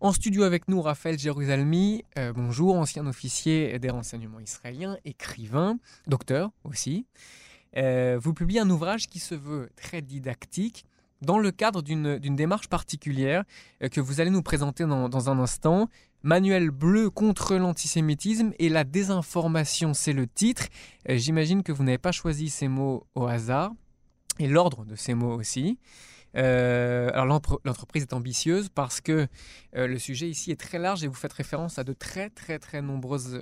En studio avec nous, Raphaël Jérusalemi, bonjour, ancien officier des renseignements israéliens, écrivain, docteur aussi. Vous publiez un ouvrage qui se veut très didactique dans le cadre d'une démarche particulière que vous allez nous présenter dans un instant. Manuel bleu contre l'antisémitisme et la désinformation, c'est le titre. J'imagine que vous n'avez pas choisi ces mots au hasard, et l'ordre de ces mots aussi. Alors l'entreprise est ambitieuse parce que le sujet ici est très large et vous faites référence à de très nombreuses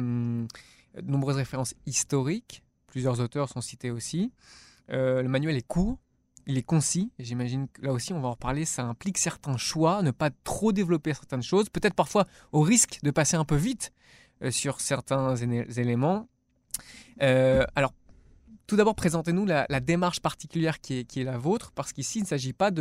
références historiques. Plusieurs auteurs sont cités aussi. Le manuel est court, il est concis. Et j'imagine que là aussi, on va en reparler, ça implique certains choix, ne pas trop développer certaines choses, peut-être parfois au risque de passer un peu vite sur certains éléments. Alors, tout d'abord, présentez-nous la démarche particulière qui est la vôtre, parce qu'ici, il ne s'agit pas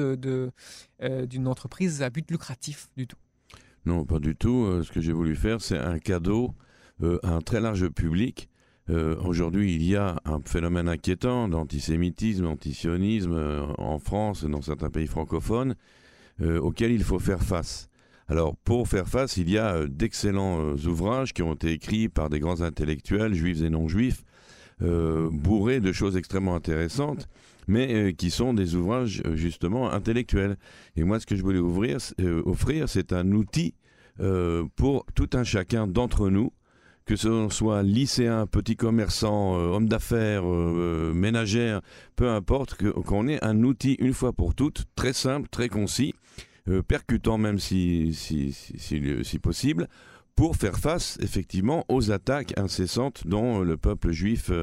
d'une entreprise à but lucratif du tout. Non, pas du tout. Ce que j'ai voulu faire, c'est un cadeau à un très large public. Aujourd'hui, il y a un phénomène inquiétant d'antisémitisme, antisionisme en France et dans certains pays francophones auquel il faut faire face. Alors, pour faire face, il y a d'excellents ouvrages qui ont été écrits par des grands intellectuels, juifs et non-juifs, bourrés de choses extrêmement intéressantes, mais qui sont des ouvrages justement intellectuels. Et moi, ce que je voulais offrir, c'est un outil pour tout un chacun d'entre nous, que ce soit lycéen, petit commerçant, homme d'affaires, ménagère, peu importe, qu'on ait un outil une fois pour toutes, très simple, très concis, percutant même si possible, pour faire face effectivement aux attaques incessantes dont le peuple juif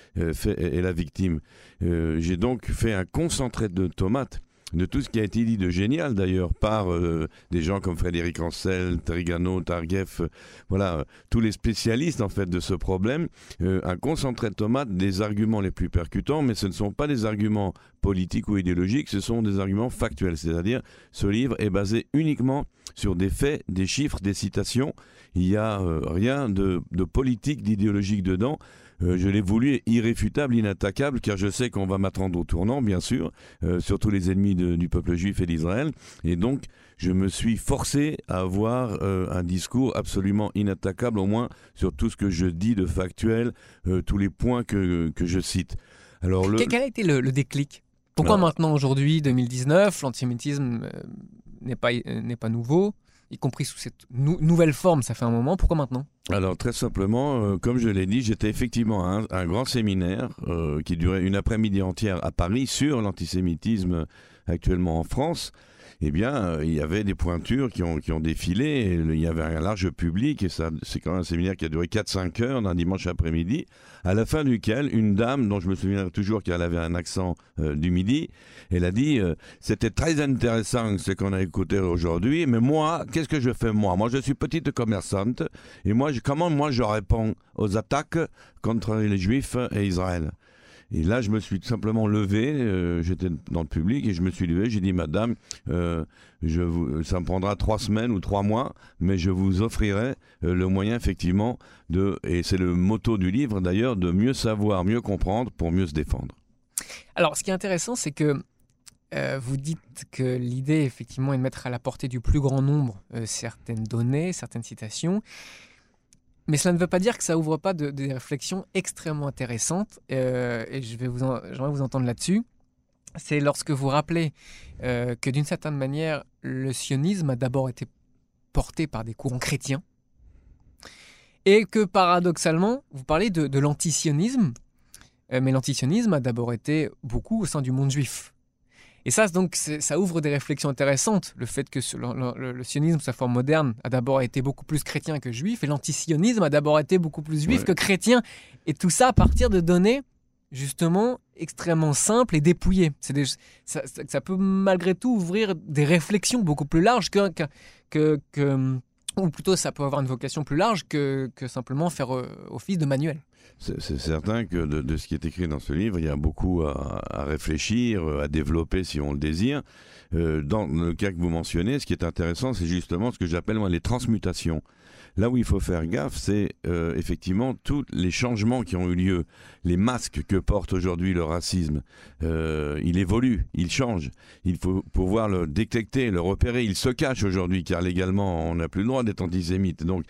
est la victime. J'ai donc fait un concentré de tomates, de tout ce qui a été dit de génial d'ailleurs par des gens comme Frédéric Ancel, Trigano, Targueff, tous les spécialistes en fait de ce problème, un concentré de tomates des arguments les plus percutants, mais ce ne sont pas des arguments politiques ou idéologiques, ce sont des arguments factuels, c'est-à-dire ce livre est basé uniquement sur des faits, des chiffres, des citations, il n'y a rien de politique, d'idéologique dedans. Je l'ai voulu irréfutable, inattaquable, car je sais qu'on va m'attendre au tournant, bien sûr, surtout les ennemis du peuple juif et d'Israël. Et donc, je me suis forcé à avoir un discours absolument inattaquable, au moins sur tout ce que je dis de factuel, tous les points que je cite. Alors, Quel a été le déclic ? Pourquoi maintenant, aujourd'hui, 2019, l'antisémitisme n'est pas nouveau, y compris sous cette nouvelle forme, ça fait un moment. Pourquoi maintenant ? Alors très simplement, comme je l'ai dit, j'étais effectivement à un grand séminaire qui durait une après-midi entière à Paris sur l'antisémitisme actuellement en France. Eh bien, il y avait des pointures qui ont défilé, et il y avait un large public, et ça, c'est quand même un séminaire qui a duré 4-5 heures d'un dimanche après-midi, à la fin duquel une dame, dont je me souviens toujours qu'elle avait un accent du Midi, elle a dit c'était très intéressant ce qu'on a écouté aujourd'hui, mais moi, qu'est-ce que je fais moi ? Moi, je suis petite commerçante, et comment je réponds aux attaques contre les Juifs et Israël ? Et là, je me suis tout simplement levé, j'étais dans le public, et je me suis levé, j'ai dit, madame, ça me prendra 3 semaines ou 3 mois, mais je vous offrirai le moyen, effectivement, et c'est le motto du livre d'ailleurs, de mieux savoir, mieux comprendre pour mieux se défendre. Alors, ce qui est intéressant, c'est que vous dites que l'idée, effectivement, est de mettre à la portée du plus grand nombre certaines données, certaines citations. Mais cela ne veut pas dire que ça ouvre pas des réflexions extrêmement intéressantes, et j'aimerais vous entendre là-dessus. C'est lorsque vous rappelez que d'une certaine manière, le sionisme a d'abord été porté par des courants chrétiens, et que paradoxalement, vous parlez de l'antisionisme, mais l'antisionisme a d'abord été beaucoup au sein du monde juif. Et ça, donc, ça ouvre des réflexions intéressantes. Le fait que le sionisme, sa forme moderne, a d'abord été beaucoup plus chrétien que juif, et l'antisionisme a d'abord été beaucoup plus juif que chrétien. Et tout ça à partir de données, justement, extrêmement simples et dépouillées. Ça peut malgré tout ouvrir des réflexions beaucoup plus larges ou plutôt ça peut avoir une vocation plus large que simplement faire office de manuel. C'est certain que de ce qui est écrit dans ce livre, il y a beaucoup à réfléchir, à développer si on le désire. Dans le cas que vous mentionnez, ce qui est intéressant, c'est justement ce que j'appelle moi les transmutations. Là où il faut faire gaffe, c'est effectivement tous les changements qui ont eu lieu, les masques que porte aujourd'hui le racisme. Il évolue, il change. Il faut pouvoir le détecter, le repérer. Il se cache aujourd'hui, car légalement, on n'a plus le droit d'être antisémite. Donc,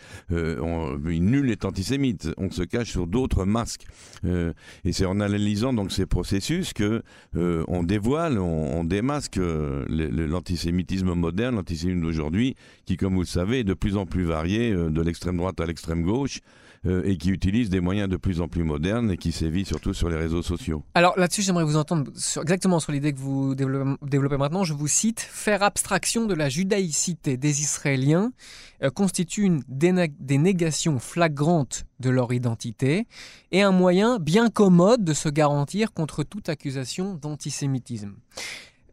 nul n'est antisémite. On se cache sur d'autres masques. Et c'est en analysant donc ces processus que on dévoile, on démasque l'antisémitisme moderne, l'antisémitisme d'aujourd'hui, qui, comme vous le savez, est de plus en plus varié, de l'extrême droite à l'extrême gauche, et qui utilise des moyens de plus en plus modernes et qui sévit surtout sur les réseaux sociaux. Alors là-dessus, j'aimerais vous entendre exactement sur l'idée que vous développez maintenant. Je vous cite: faire abstraction de la judaïcité des Israéliens constitue une dénégation flagrante de leur identité et un moyen bien commode de se garantir contre toute accusation d'antisémitisme. Pourquoi ?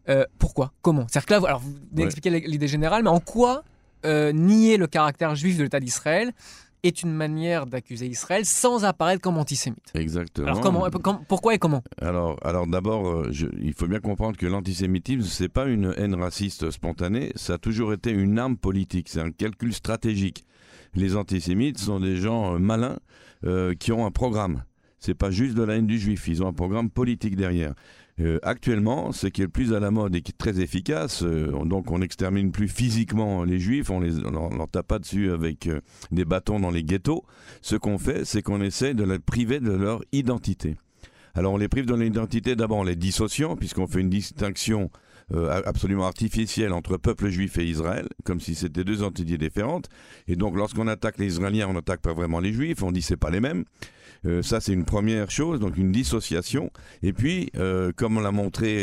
Comment ? C'est-à-dire que là, alors, vous expliquez l'idée générale, mais en quoi nier le caractère juif de l'État d'Israël est une manière d'accuser Israël sans apparaître comme antisémite? Exactement. Alors pourquoi et comment? Alors d'abord, il faut bien comprendre que l'antisémitisme, c'est pas une haine raciste spontanée, ça a toujours été une arme politique, c'est un calcul stratégique. Les antisémites sont des gens malins qui ont un programme. C'est pas juste de la haine du juif, ils ont un programme politique derrière. Actuellement, ce qui est le plus à la mode et qui est très efficace, donc on n'extermine plus physiquement les juifs, on leur tape pas dessus avec des bâtons dans les ghettos. Ce qu'on fait, c'est qu'on essaie de les priver de leur identité. Alors on les prive de leur identité d'abord en les dissociant, puisqu'on fait une distinction absolument artificielle entre peuple juif et Israël, comme si c'était deux entités différentes. Et donc lorsqu'on attaque les Israéliens, on n'attaque pas vraiment les juifs, on dit c'est pas les mêmes. Ça, c'est une première chose, donc une dissociation. Et puis, comme on l'a montré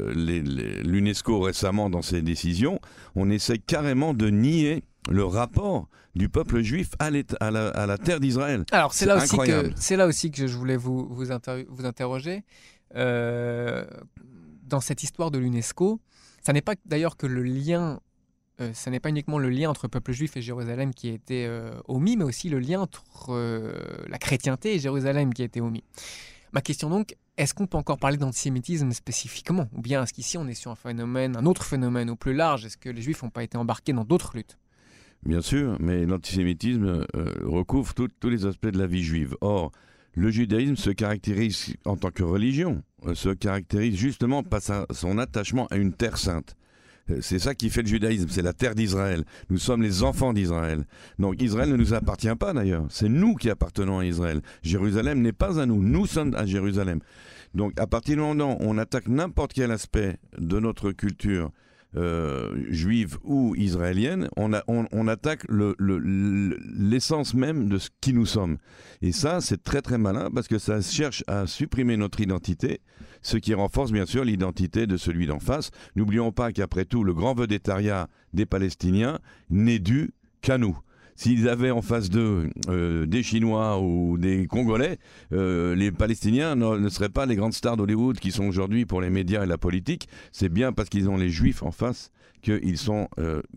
l'UNESCO récemment dans ses décisions, on essaie carrément de nier le rapport du peuple juif à la terre d'Israël. Alors, c'est là aussi que je voulais vous interroger. Dans cette histoire de l'UNESCO, ça n'est pas d'ailleurs que le lien... ce n'est pas uniquement le lien entre peuple juif et Jérusalem qui a été omis, mais aussi le lien entre la chrétienté et Jérusalem qui a été omis. Ma question donc, est-ce qu'on peut encore parler d'antisémitisme spécifiquement? Ou bien est-ce qu'ici on est sur un autre phénomène au plus large? Est-ce que les juifs n'ont pas été embarqués dans d'autres luttes? Bien sûr, mais l'antisémitisme recouvre tous les aspects de la vie juive. Or, le judaïsme se caractérise en tant que religion, se caractérise justement par son attachement à une terre sainte. C'est ça qui fait le judaïsme, c'est la terre d'Israël. Nous sommes les enfants d'Israël. Donc Israël ne nous appartient pas d'ailleurs, c'est nous qui appartenons à Israël. Jérusalem n'est pas à nous, nous sommes à Jérusalem. Donc à partir du moment où on attaque n'importe quel aspect de notre culture juive ou israélienne, on attaque l'essence même de ce qui nous sommes. Et ça, c'est très très malin parce que ça cherche à supprimer notre identité, ce qui renforce bien sûr l'identité de celui d'en face. N'oublions pas qu'après tout, le grand vedettariat des Palestiniens n'est dû qu'à nous. S'ils avaient en face d'eux des Chinois ou des Congolais, les Palestiniens ne seraient pas les grandes stars d'Hollywood qui sont aujourd'hui pour les médias et la politique. C'est bien parce qu'ils ont les Juifs en face qu'ils sont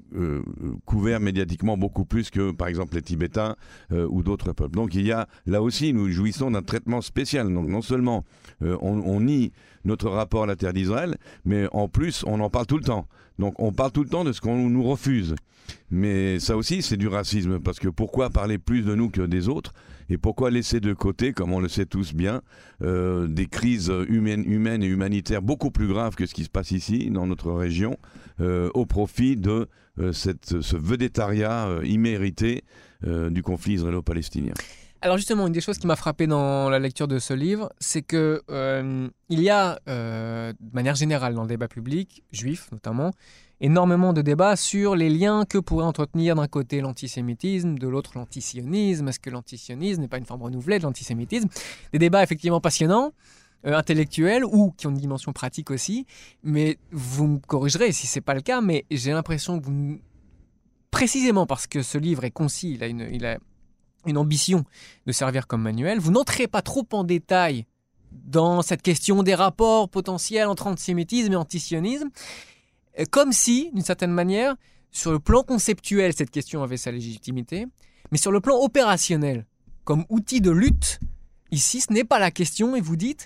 couverts médiatiquement beaucoup plus que, par exemple, les Tibétains ou d'autres peuples. Donc il y a, là aussi, nous jouissons d'un traitement spécial. Donc non seulement on nie notre rapport à la terre d'Israël, mais en plus, on en parle tout le temps. Donc on parle tout le temps de ce qu'on nous refuse. Mais ça aussi, c'est du racisme, parce que pourquoi parler plus de nous que des autres? Et pourquoi laisser de côté, comme on le sait tous bien, des crises humaines et humanitaires beaucoup plus graves que ce qui se passe ici, dans notre région, au profit de ce vedettariat immérité du conflit israélo-palestinien? Alors justement, une des choses qui m'a frappé dans la lecture de ce livre, c'est que il y a, de manière générale dans le débat public, juif notamment, énormément de débats sur les liens que pourrait entretenir d'un côté l'antisémitisme, de l'autre l'antisionisme. Est-ce que l'antisionisme n'est pas une forme renouvelée de l'antisémitisme? Des débats effectivement passionnants, intellectuels ou qui ont une dimension pratique aussi. Mais vous me corrigerez si ce n'est pas le cas, mais j'ai l'impression que précisément parce que ce livre est concis, il a une ambition de servir comme manuel, vous n'entrez pas trop en détail dans cette question des rapports potentiels entre antisémitisme et antisionisme, comme si, d'une certaine manière, sur le plan conceptuel, cette question avait sa légitimité, mais sur le plan opérationnel, comme outil de lutte, ici, ce n'est pas la question, et vous dites...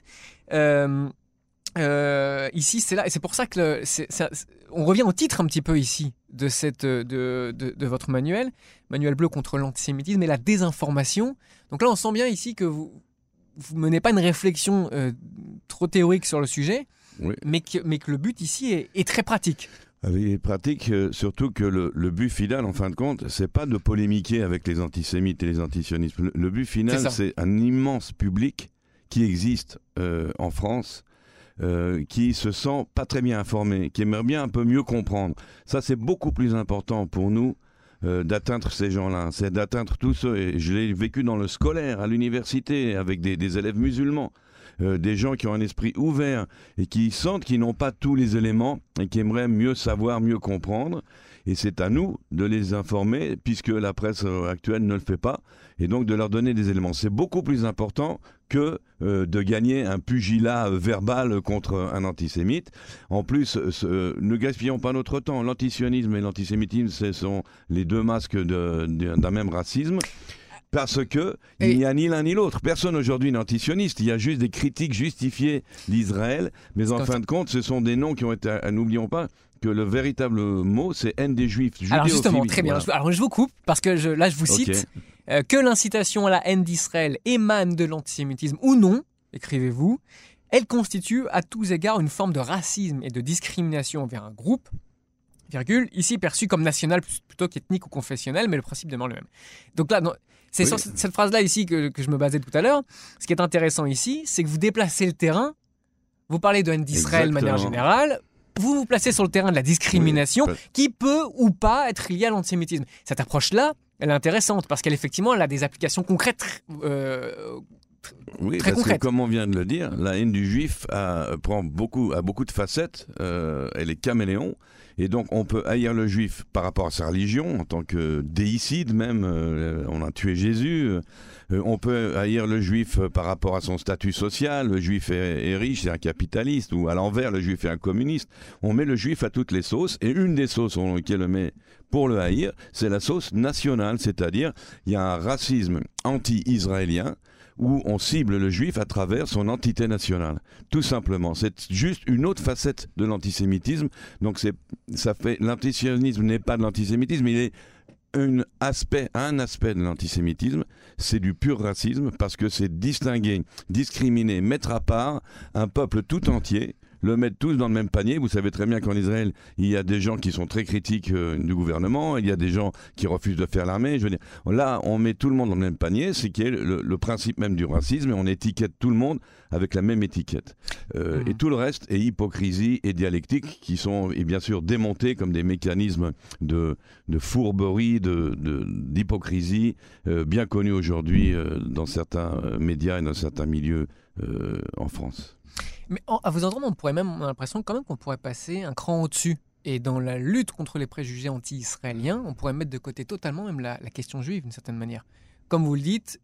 ici, c'est là, et c'est pour ça que on revient au titre un petit peu ici de votre manuel bleu contre l'antisémitisme et la désinformation. Donc là, on sent bien ici que vous menez pas une réflexion trop théorique sur le sujet, Oui. mais que le but ici est très pratique. Il est pratique, surtout que le but final, en fin de compte, c'est pas de polémiquer avec les antisémites et les antisionistes. Le but final, c'est un immense public qui existe en France, qui se sent pas très bien informé, qui aimerait bien un peu mieux comprendre. Ça, c'est beaucoup plus important pour nous d'atteindre ces gens-là. C'est d'atteindre tous ceux, et je l'ai vécu dans le scolaire, à l'université, avec des élèves musulmans. Des gens qui ont un esprit ouvert et qui sentent qu'ils n'ont pas tous les éléments et qui aimeraient mieux savoir, mieux comprendre. Et c'est à nous de les informer, puisque la presse actuelle ne le fait pas, et donc de leur donner des éléments. C'est beaucoup plus important que de gagner un pugilat verbal contre un antisémite. En plus, ne gaspillons pas notre temps. L'antisionisme et l'antisémitisme, ce sont les deux masques d'un même racisme. Parce qu'il n'y a ni l'un ni l'autre. Personne aujourd'hui n'est antisioniste. Il y a juste des critiques justifiées d'Israël. Mais en fin de compte, ce sont des noms qui ont été... N'oublions pas que le véritable mot, c'est haine des Juifs. Alors justement, très bien. Voilà. Alors je vous coupe, parce que là, je vous cite. Que l'incitation à la haine d'Israël émane de l'antisémitisme ou non, écrivez-vous, elle constitue à tous égards une forme de racisme et de discrimination envers un groupe, virgule, ici perçu comme national plutôt qu'ethnique ou confessionnel, mais le principe demeure le même. Donc là... C'est sur cette phrase-là ici que je me basais tout à l'heure. Ce qui est intéressant ici, c'est que vous déplacez le terrain, vous parlez de haine d'Israël de manière générale, vous vous placez sur le terrain de la discrimination qui peut ou pas être liée à l'antisémitisme. Cette approche-là, elle est intéressante parce qu'effectivement, elle a des applications concrètes très concrètes. Que, comme on vient de le dire, la haine du juif a beaucoup de facettes, elle est caméléon. Et donc on peut haïr le juif par rapport à sa religion, en tant que déicide même, on a tué Jésus. On peut haïr le juif par rapport à son statut social, le juif est riche, c'est un capitaliste, ou à l'envers, le juif est un communiste. On met le juif à toutes les sauces, et une des sauces sur lesquelles on le met pour le haïr, c'est la sauce nationale, c'est-à-dire il y a un racisme anti-israélien, où on cible le juif à travers son entité nationale. Tout simplement. C'est juste une autre facette de l'antisémitisme. Donc l'antisionisme n'est pas de l'antisémitisme, il est un aspect de l'antisémitisme. C'est du pur racisme parce que c'est distinguer, discriminer, mettre à part un peuple tout entier, le mettre tous dans le même panier. Vous savez très bien qu'en Israël, il y a des gens qui sont très critiques du gouvernement, il y a des gens qui refusent de faire l'armée. Je veux dire, là, on met tout le monde dans le même panier, c'est qui est le principe même du racisme, et on étiquette tout le monde avec la même étiquette. Et tout le reste est hypocrisie et dialectique qui sont bien sûr démontés comme des mécanismes de fourberie, d'hypocrisie bien connus aujourd'hui dans certains médias et dans certains milieux en France. Mais à vous entendre, on a l'impression quand même qu'on pourrait passer un cran au-dessus. Et dans la lutte contre les préjugés anti-israéliens, on pourrait mettre de côté totalement même la question juive d'une certaine manière. Comme vous le dites,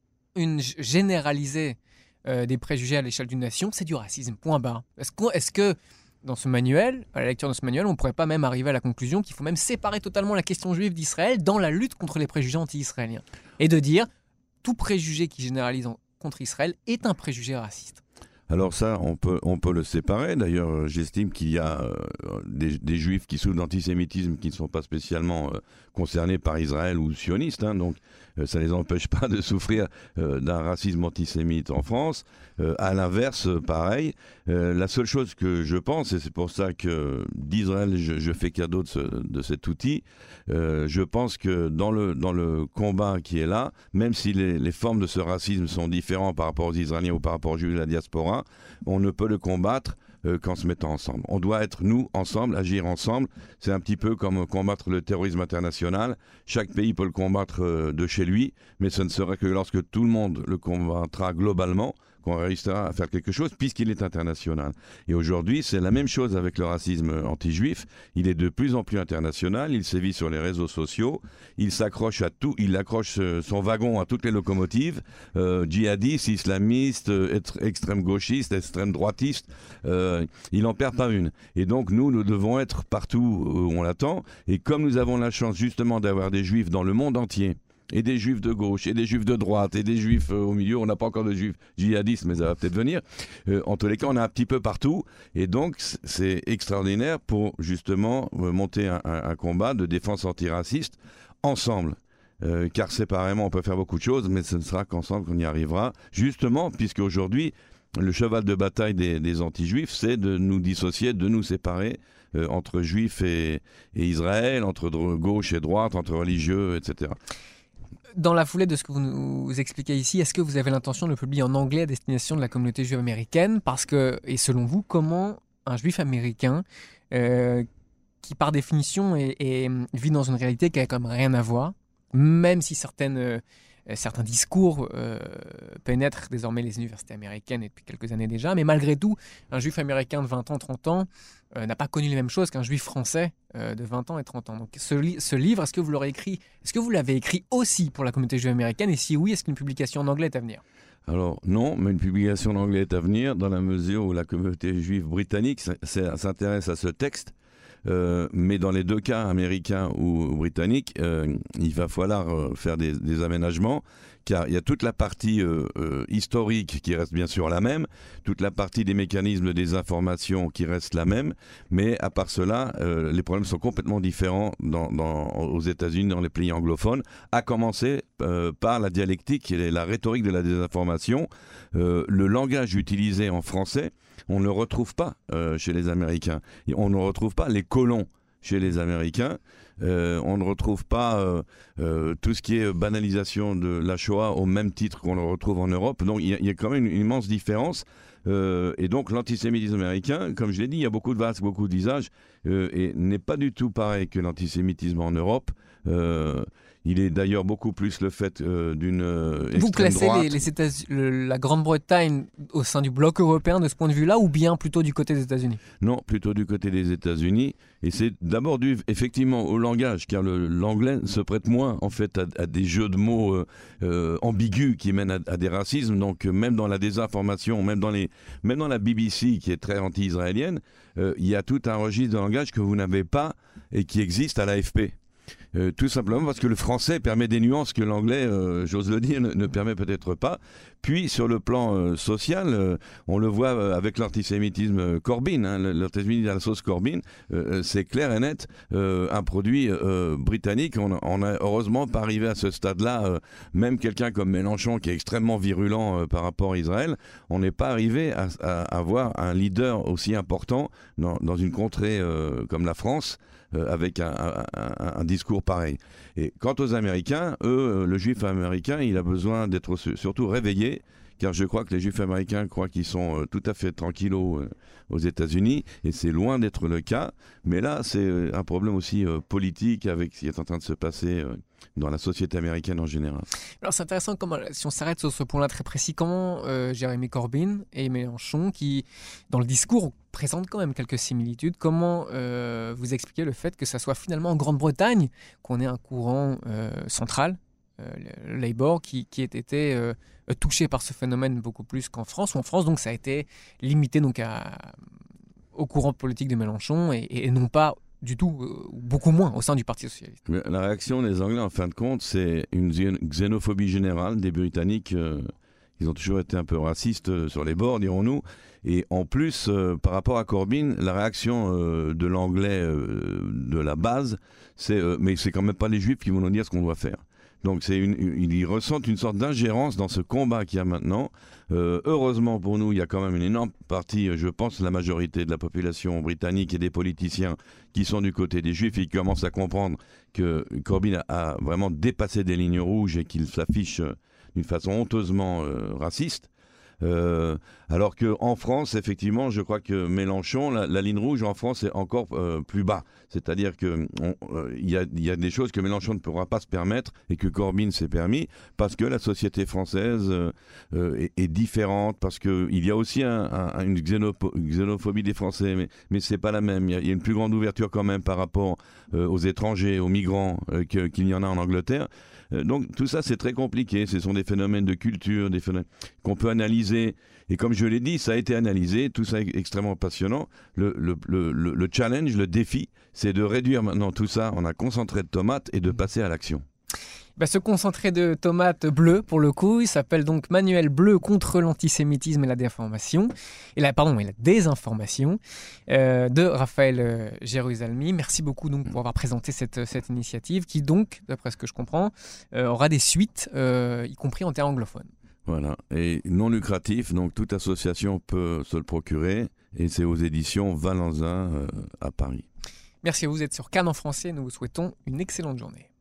généraliser des préjugés à l'échelle d'une nation, c'est du racisme, point barre. Est-ce que dans ce manuel, à la lecture de ce manuel, on ne pourrait pas même arriver à la conclusion qu'il faut même séparer totalement la question juive d'Israël dans la lutte contre les préjugés anti-israéliens, et de dire tout préjugé qui généralise contre Israël est un préjugé raciste? Alors ça, on peut le séparer. D'ailleurs, j'estime qu'il y a des juifs qui souffrent d'antisémitisme qui ne sont pas spécialement concernés par Israël ou sionistes. Donc, ça ne les empêche pas de souffrir d'un racisme antisémite en France. À l'inverse, pareil. La seule chose que je pense, et c'est pour ça que d'Israël, je fais cadeau de cet outil, je pense que dans le combat qui est là, même si les formes de ce racisme sont différentes par rapport aux Israéliens ou par rapport aux Juifs de la diaspora, on ne peut le combattre qu'en se mettant ensemble. On doit être, nous, ensemble, agir ensemble. C'est un petit peu comme combattre le terrorisme international. Chaque pays peut le combattre de chez lui, mais ce ne sera que lorsque tout le monde le combattra globalement qu'on réussira à faire quelque chose, puisqu'il est international. Et aujourd'hui, c'est la même chose avec le racisme anti-juif. Il est de plus en plus international, il sévit sur les réseaux sociaux, il s'accroche à tout, il accroche son wagon à toutes les locomotives, djihadistes, islamistes, extrême-gauchistes, extrême-droitistes, il n'en perd pas une. Et donc, nous devons être partout où on l'attend. Et comme nous avons la chance, justement, d'avoir des juifs dans le monde entier, et des juifs de gauche, et des juifs de droite, et des juifs au milieu. On n'a pas encore de juifs djihadistes, mais ça va peut-être venir. En tous les cas, on a un petit peu partout. Et donc, c'est extraordinaire pour justement monter un combat de défense antiraciste ensemble. Car séparément, on peut faire beaucoup de choses, mais ce ne sera qu'ensemble qu'on y arrivera. Justement, puisque aujourd'hui, le cheval de bataille des anti-juifs, c'est de nous dissocier, de nous séparer entre juifs et Israël, entre gauche et droite, entre religieux, etc. Dans la foulée de ce que vous nous expliquez ici, est-ce que vous avez l'intention de le publier en anglais à destination de la communauté juive américaine? Parce que, et selon vous, comment un juif américain, qui par définition vit dans une réalité qui n'a quand même rien à voir, même si certains discours pénètrent désormais les universités américaines depuis quelques années déjà, mais malgré tout, un juif américain de 20 ans, 30 ans n'a pas connu les mêmes choses qu'un juif français de 20 ans et 30 ans. Donc ce livre, est-ce que vous l'aurez écrit, est-ce que vous l'avez écrit aussi pour la communauté juive américaine, et si oui, est-ce qu'une publication en anglais est à venir? Alors non, mais une publication en anglais est à venir dans la mesure où la communauté juive britannique s'intéresse à ce texte. Mais dans les deux cas, américains ou britanniques, il va falloir faire des aménagements, car il y a toute la partie historique qui reste bien sûr la même, toute la partie des mécanismes des informations qui reste la même, mais à part cela, les problèmes sont complètement différents aux États-Unis, dans les pays anglophones, à commencer par la dialectique et la rhétorique de la désinformation. Le langage utilisé en français, on ne le retrouve pas chez les Américains. On ne retrouve pas les colons chez les Américains. On ne retrouve pas tout ce qui est banalisation de la Shoah au même titre qu'on le retrouve en Europe. Donc il y a quand même une immense différence. Et donc l'antisémitisme américain, comme je l'ai dit, il y a beaucoup de vases, beaucoup de visages, et n'est pas du tout pareil que l'antisémitisme en Europe. Il est d'ailleurs beaucoup plus le fait d'une Vous extrême droite. placez la Grande-Bretagne au sein du bloc européen de ce point de vue-là, ou bien plutôt du côté des États-Unis? Non, plutôt du côté des États-Unis. Et c'est d'abord dû effectivement au langage, car l'anglais se prête moins en fait à des jeux de mots ambigus qui mènent à des racismes. Donc même dans la désinformation, même dans la BBC qui est très anti-israélienne, il y a tout un registre de langage que vous n'avez pas et qui existe à l'AFP. Tout simplement parce que le français permet des nuances que l'anglais, j'ose le dire, ne permet peut-être pas. Puis sur le plan social, on le voit avec l'antisémitisme Corbyn, l'antisémitisme à la sauce Corbyn, c'est clair et net un produit britannique. On n'a heureusement pas arrivé à ce stade-là. Même quelqu'un comme Mélenchon, qui est extrêmement virulent par rapport à Israël, on n'est pas arrivé à avoir un leader aussi important dans une contrée comme la France, avec un discours pareil. Et quant aux Américains, eux, le juif américain, il a besoin d'être surtout réveillé, car je crois que les juifs américains croient qu'ils sont tout à fait tranquillos aux États-Unis, et c'est loin d'être le cas. Mais là, c'est un problème aussi politique avec ce qui est en train de se passer dans la société américaine en général. Alors c'est intéressant, si on s'arrête sur ce point-là très précis, comment Jérémy Corbyn et Mélenchon, qui dans le discours présentent quand même quelques similitudes, comment vous expliquez le fait que ça soit finalement en Grande-Bretagne qu'on ait un courant central, le Labour, qui ait été touché par ce phénomène beaucoup plus qu'en France, ou en France donc ça a été limité donc au courant politique de Mélenchon et non pas du tout, beaucoup moins au sein du Parti socialiste. Mais la réaction des Anglais, en fin de compte, c'est une xénophobie générale des Britanniques. Ils ont toujours été un peu racistes sur les bords, dirons-nous. Et en plus, par rapport à Corbyn, la réaction de l'anglais de la base, c'est mais c'est quand même pas les Juifs qui vont nous dire ce qu'on doit faire. Donc ils ressentent une sorte d'ingérence dans ce combat qu'il y a maintenant. Heureusement pour nous, il y a quand même une énorme partie, je pense, la majorité de la population britannique et des politiciens qui sont du côté des Juifs et qui commencent à comprendre que Corbyn a vraiment dépassé des lignes rouges et qu'il s'affiche d'une façon honteusement raciste. Alors qu'en France, effectivement, je crois que Mélenchon, la ligne rouge en France est encore plus bas. C'est-à-dire qu'il y a des choses que Mélenchon ne pourra pas se permettre et que Corbyn s'est permis parce que la société française est différente, parce qu'il y a aussi une xénophobie des Français, mais c'est pas la même. Il y a une plus grande ouverture quand même par rapport aux étrangers, aux migrants qu'il y en a en Angleterre. Donc tout ça c'est très compliqué, ce sont des phénomènes de culture, des phénomènes qu'on peut analyser, et comme je l'ai dit, ça a été analysé, tout ça est extrêmement passionnant. Le challenge, le défi, c'est de réduire maintenant tout ça en un concentré de tomates et de passer à l'action. Ce concentré de tomates bleues, pour le coup, il s'appelle donc Manuel bleu contre l'antisémitisme et la désinformation, et la désinformation de Raphaël Jérusalemi. Merci beaucoup donc pour avoir présenté cette initiative qui donc, d'après ce que je comprends, aura des suites, y compris en terre anglophone. Voilà, et non lucratif, donc toute association peut se le procurer, et c'est aux éditions Valensin à Paris. Merci à vous, vous êtes sur Cannes en français, nous vous souhaitons une excellente journée.